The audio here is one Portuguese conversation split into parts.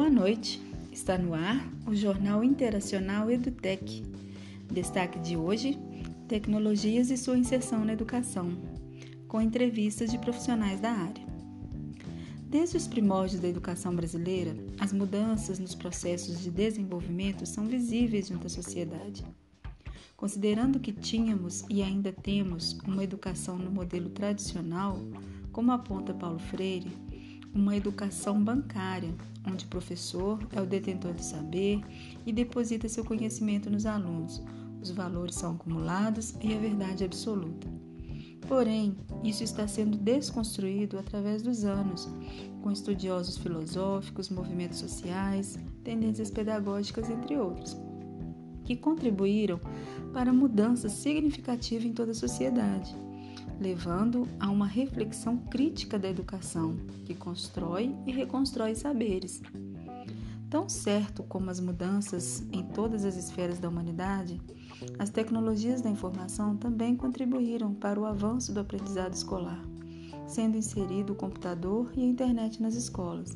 Boa noite, está no ar o Jornal Interacional EduTech. Destaque de hoje, tecnologias e sua inserção na educação, com entrevistas de profissionais da área. Desde os primórdios da educação brasileira, as mudanças nos processos de desenvolvimento são visíveis junto à sociedade. Considerando que tínhamos e ainda temos uma educação no modelo tradicional, como aponta Paulo Freire, uma educação bancária, onde o professor é o detentor do saber e deposita seu conhecimento nos alunos. Os valores são acumulados e a verdade é absoluta. Porém, isso está sendo desconstruído através dos anos, com estudiosos filosóficos, movimentos sociais, tendências pedagógicas, entre outros, que contribuíram para mudanças significativas em toda a sociedade, levando a uma reflexão crítica da educação, que constrói e reconstrói saberes. Tão certo como as mudanças em todas as esferas da humanidade, as tecnologias da informação também contribuíram para o avanço do aprendizado escolar, sendo inserido o computador e a internet nas escolas.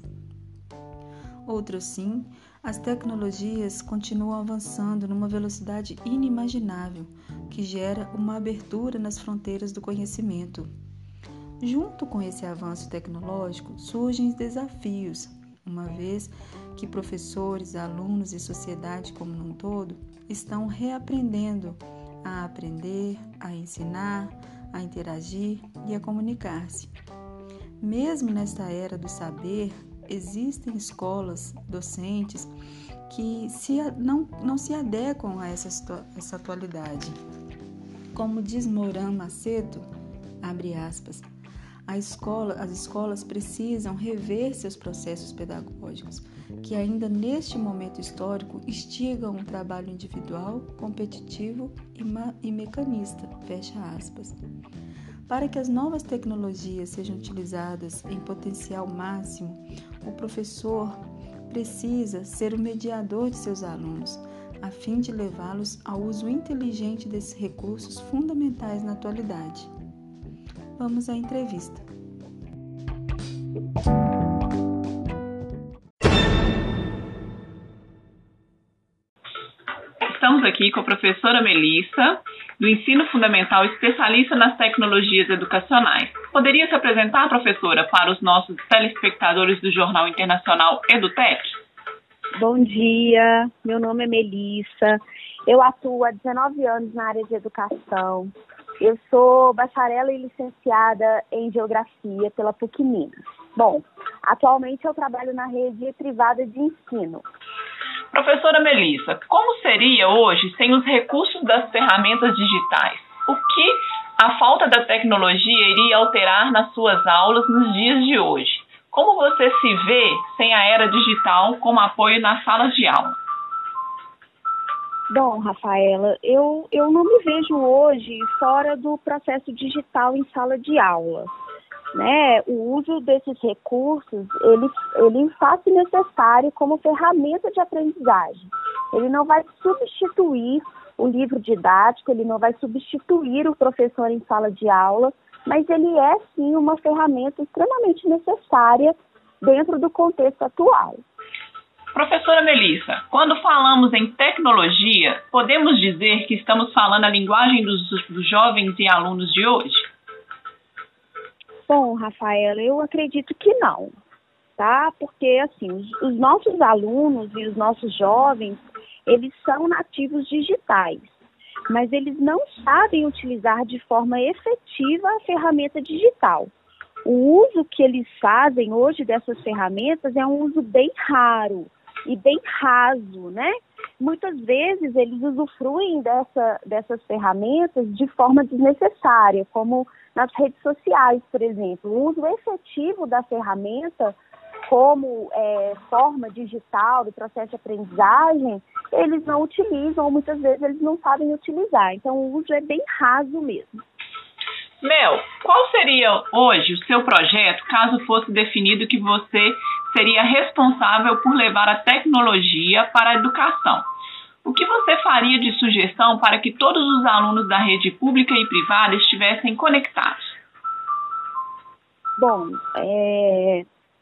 Outro sim, as tecnologias continuam avançando numa velocidade inimaginável, que gera uma abertura nas fronteiras do conhecimento. Junto com esse avanço tecnológico, surgem desafios, uma vez que professores, alunos e sociedade como um todo estão reaprendendo a aprender, a ensinar, a interagir e a comunicar-se. Mesmo nesta era do saber, existem escolas, docentes que não se adequam a essa atualidade. Como diz Moran Macedo, abre aspas, as escolas precisam rever seus processos pedagógicos, que ainda neste momento histórico instigam um trabalho individual, competitivo e mecanista, fecha aspas. Para que as novas tecnologias sejam utilizadas em potencial máximo, o professor precisa ser o mediador de seus alunos, a fim de levá-los ao uso inteligente desses recursos fundamentais na atualidade. Vamos à entrevista. Estamos aqui com a professora Melissa, do Ensino Fundamental, especialista nas tecnologias educacionais. Poderia se apresentar, professora, para os nossos telespectadores do Jornal Internacional EduTech? Bom dia, meu nome é Melissa, eu atuo há 19 anos na área de educação. Eu sou bacharel e licenciada em Geografia pela PUC Minas. Bom, atualmente eu trabalho na rede privada de ensino. Professora Melissa, como seria hoje sem os recursos das ferramentas digitais? O que a falta da tecnologia iria alterar nas suas aulas nos dias de hoje? Como você se vê sem a era digital como apoio nas salas de aula? Bom, Rafaela, eu não me vejo hoje fora do processo digital em sala de aula. Né? O uso desses recursos, ele faz-se necessário como ferramenta de aprendizagem. Ele não vai substituir o livro didático, ele não vai substituir o professor em sala de aula, mas ele é sim uma ferramenta extremamente necessária dentro do contexto atual. Professora Melissa, quando falamos em tecnologia, podemos dizer que estamos falando a linguagem dos jovens e alunos de hoje? Bom, Rafaela, eu acredito que não, tá? Porque, assim, os nossos alunos e os nossos jovens, eles são nativos digitais, mas eles não sabem utilizar de forma efetiva a ferramenta digital. O uso que eles fazem hoje dessas ferramentas é um uso bem raro e bem raso, né? Muitas vezes eles usufruem dessas ferramentas de forma desnecessária, como nas redes sociais, por exemplo. O uso efetivo da ferramenta como forma digital do processo de aprendizagem, eles não utilizam, ou muitas vezes eles não sabem utilizar. Então o uso é bem raso mesmo. Mel, qual seria hoje o seu projeto caso fosse definido que você seria responsável por levar a tecnologia para a educação? O que você faria de sugestão para que todos os alunos da rede pública e privada estivessem conectados? Bom,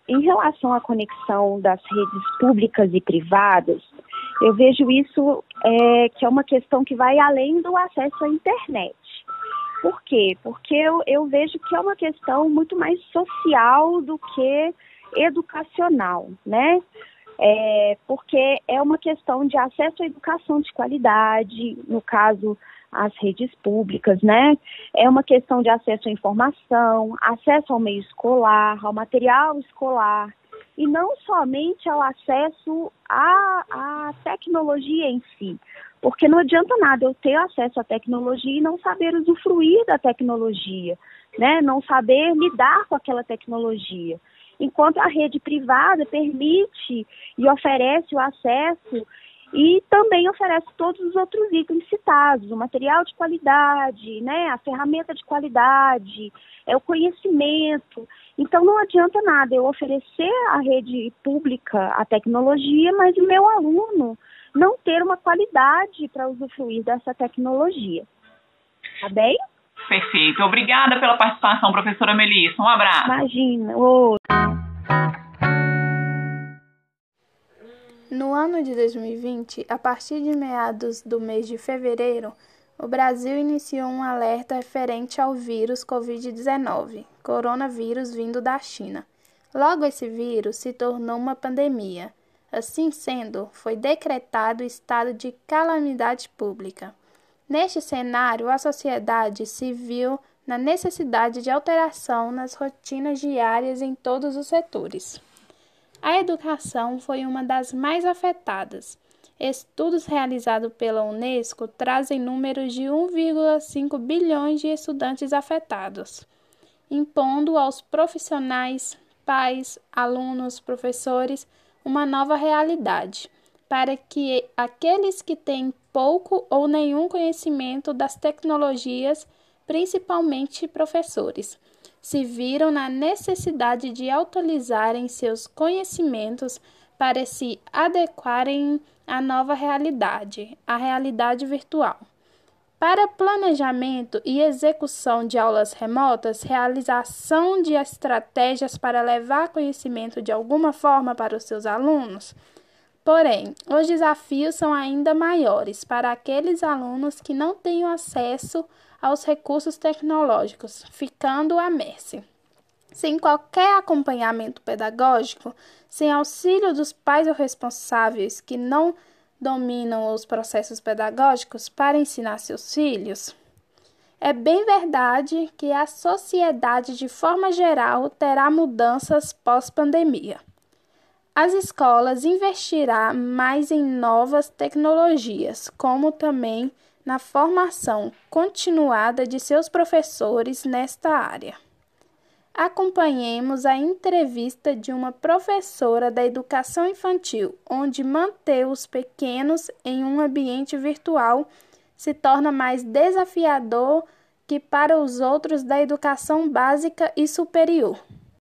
em relação à conexão das redes públicas e privadas, eu vejo isso que é uma questão que vai além do acesso à internet. Por quê? Porque eu vejo que é uma questão muito mais social do que educacional, né? Porque é uma questão de acesso à educação de qualidade, no caso, as redes públicas, né? É uma questão de acesso à informação, acesso ao meio escolar, ao material escolar, e não somente ao acesso à tecnologia em si. Porque não adianta nada eu ter acesso à tecnologia e não saber usufruir da tecnologia, né? Não saber lidar com aquela tecnologia. Enquanto a rede privada permite e oferece o acesso e também oferece todos os outros itens citados, o material de qualidade, né, a ferramenta de qualidade, o conhecimento. Então não adianta nada eu oferecer à rede pública a tecnologia, mas o meu aluno não ter uma qualidade para usufruir dessa tecnologia. Tá bem? Perfeito. Obrigada pela participação, professora Melissa. Um abraço. Imagina. No ano de 2020, a partir de meados do mês de fevereiro, o Brasil iniciou um alerta referente ao vírus Covid-19, coronavírus vindo da China. Logo, esse vírus se tornou uma pandemia. Assim sendo, foi decretado estado de calamidade pública. Neste cenário, a sociedade se viu na necessidade de alteração nas rotinas diárias em todos os setores. A educação foi uma das mais afetadas. Estudos realizados pela Unesco trazem números de 1,5 bilhões de estudantes afetados, impondo aos profissionais, pais, alunos, professores, uma nova realidade, para que aqueles que têm pouco ou nenhum conhecimento das tecnologias, principalmente professores, se viram na necessidade de atualizarem seus conhecimentos para se adequarem à nova realidade, a realidade virtual. Para planejamento e execução de aulas remotas, realização de estratégias para levar conhecimento de alguma forma para os seus alunos. Porém, os desafios são ainda maiores para aqueles alunos que não têm acesso aos recursos tecnológicos, ficando à mercê. Sem qualquer acompanhamento pedagógico, sem auxílio dos pais ou responsáveis que não dominam os processos pedagógicos para ensinar seus filhos, é bem verdade que a sociedade, de forma geral, terá mudanças pós-pandemia. As escolas investirão mais em novas tecnologias, como também na formação continuada de seus professores nesta área. Acompanhemos a entrevista de uma professora da educação infantil, onde manter os pequenos em um ambiente virtual se torna mais desafiador que para os outros da educação básica e superior.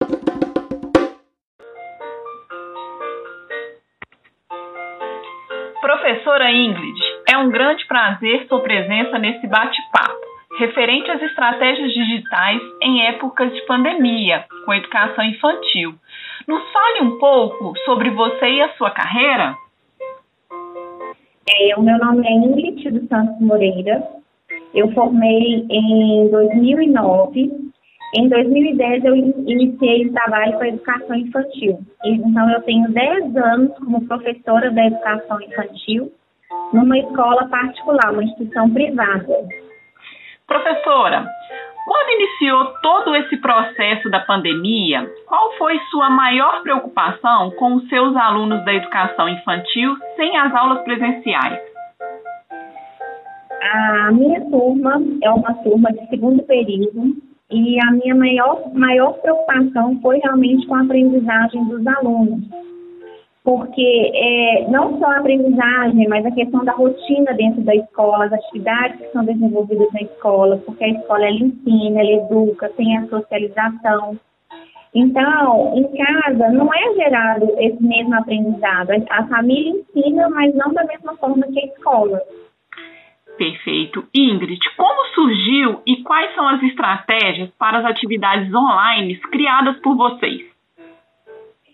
Professora Ingrid, é um grande prazer sua presença nesse bate-papo, referente às estratégias digitais em épocas de pandemia, com a educação infantil. Nos fale um pouco sobre você e a sua carreira. O meu nome é Ingrid dos Santos Moreira. Eu formei em 2009. Em 2010, eu iniciei o trabalho com a educação infantil. Então, eu tenho 10 anos como professora da educação infantil numa escola particular, uma instituição privada. Professora, quando iniciou todo esse processo da pandemia, qual foi sua maior preocupação com os seus alunos da educação infantil sem as aulas presenciais? A minha turma é uma turma de segundo período e a minha maior preocupação foi realmente com a aprendizagem dos alunos. Porque não só a aprendizagem, mas a questão da rotina dentro da escola, as atividades que são desenvolvidas na escola, porque a escola ela ensina, ela educa, tem a socialização. Então, em casa, não é gerado esse mesmo aprendizado. A família ensina, mas não da mesma forma que a escola. Perfeito. Ingrid, como surgiu e quais são as estratégias para as atividades online criadas por vocês?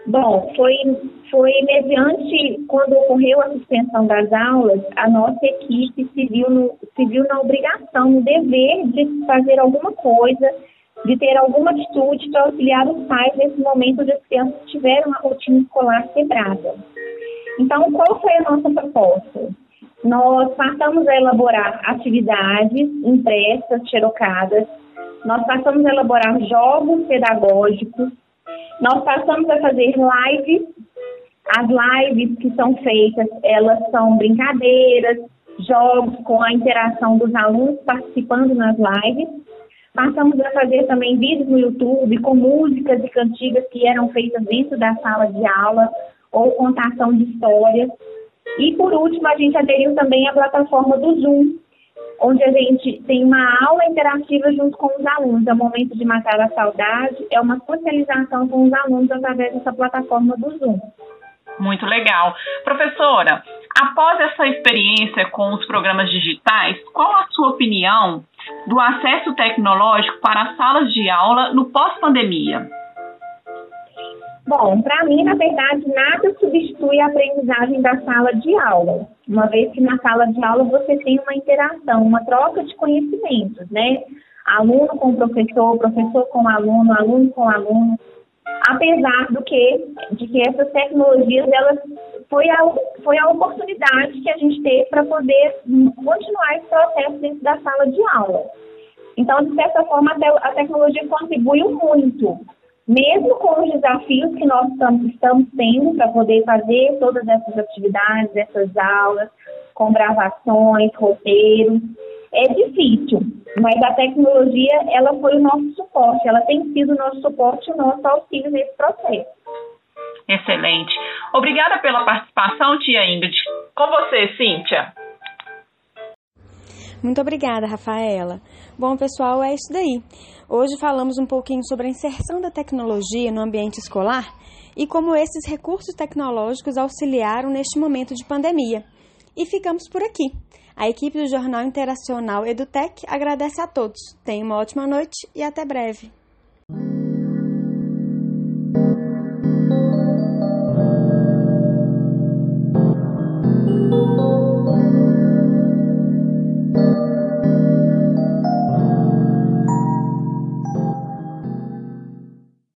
Bom, foi mediante, quando ocorreu a suspensão das aulas, a nossa equipe se viu na obrigação, no dever de fazer alguma coisa, de ter alguma atitude para auxiliar os pais nesse momento onde as crianças tiveram a rotina escolar quebrada. Então, qual foi a nossa proposta? Nós passamos a elaborar atividades impressas, xerocadas, nós passamos a elaborar jogos pedagógicos, nós passamos a fazer lives. As lives que são feitas, elas são brincadeiras, jogos com a interação dos alunos participando nas lives. Passamos a fazer também vídeos no YouTube com músicas e cantigas que eram feitas dentro da sala de aula ou contação de histórias. E, por último, a gente aderiu também à plataforma do Zoom, onde a gente tem uma aula interativa junto com os alunos. É o momento de matar a saudade, é uma socialização com os alunos através dessa plataforma do Zoom. Muito legal. Professora, após essa experiência com os programas digitais, qual a sua opinião do acesso tecnológico para as salas de aula no pós-pandemia? Bom, para mim, na verdade, nada substitui a aprendizagem da sala de aula. Uma vez que na sala de aula você tem uma interação, uma troca de conhecimentos, né? Aluno com professor, professor com aluno, aluno com aluno. Apesar de que essas tecnologias, elas foi a oportunidade que a gente teve para poder continuar esse processo dentro da sala de aula. Então, de certa forma, a tecnologia contribuiu muito, mesmo com os desafios que nós estamos tendo para poder fazer todas essas atividades, essas aulas, com gravações, roteiros. É difícil, mas a tecnologia, ela foi o nosso suporte, ela tem sido o nosso suporte e o nosso auxílio nesse processo. Excelente. Obrigada pela participação, tia Ingrid. Com você, Cíntia. Muito obrigada, Rafaela. Bom, pessoal, é isso daí. Hoje falamos um pouquinho sobre a inserção da tecnologia no ambiente escolar e como esses recursos tecnológicos auxiliaram neste momento de pandemia. E ficamos por aqui. A equipe do Jornal Interacional EduTech agradece a todos. Tenham uma ótima noite e até breve.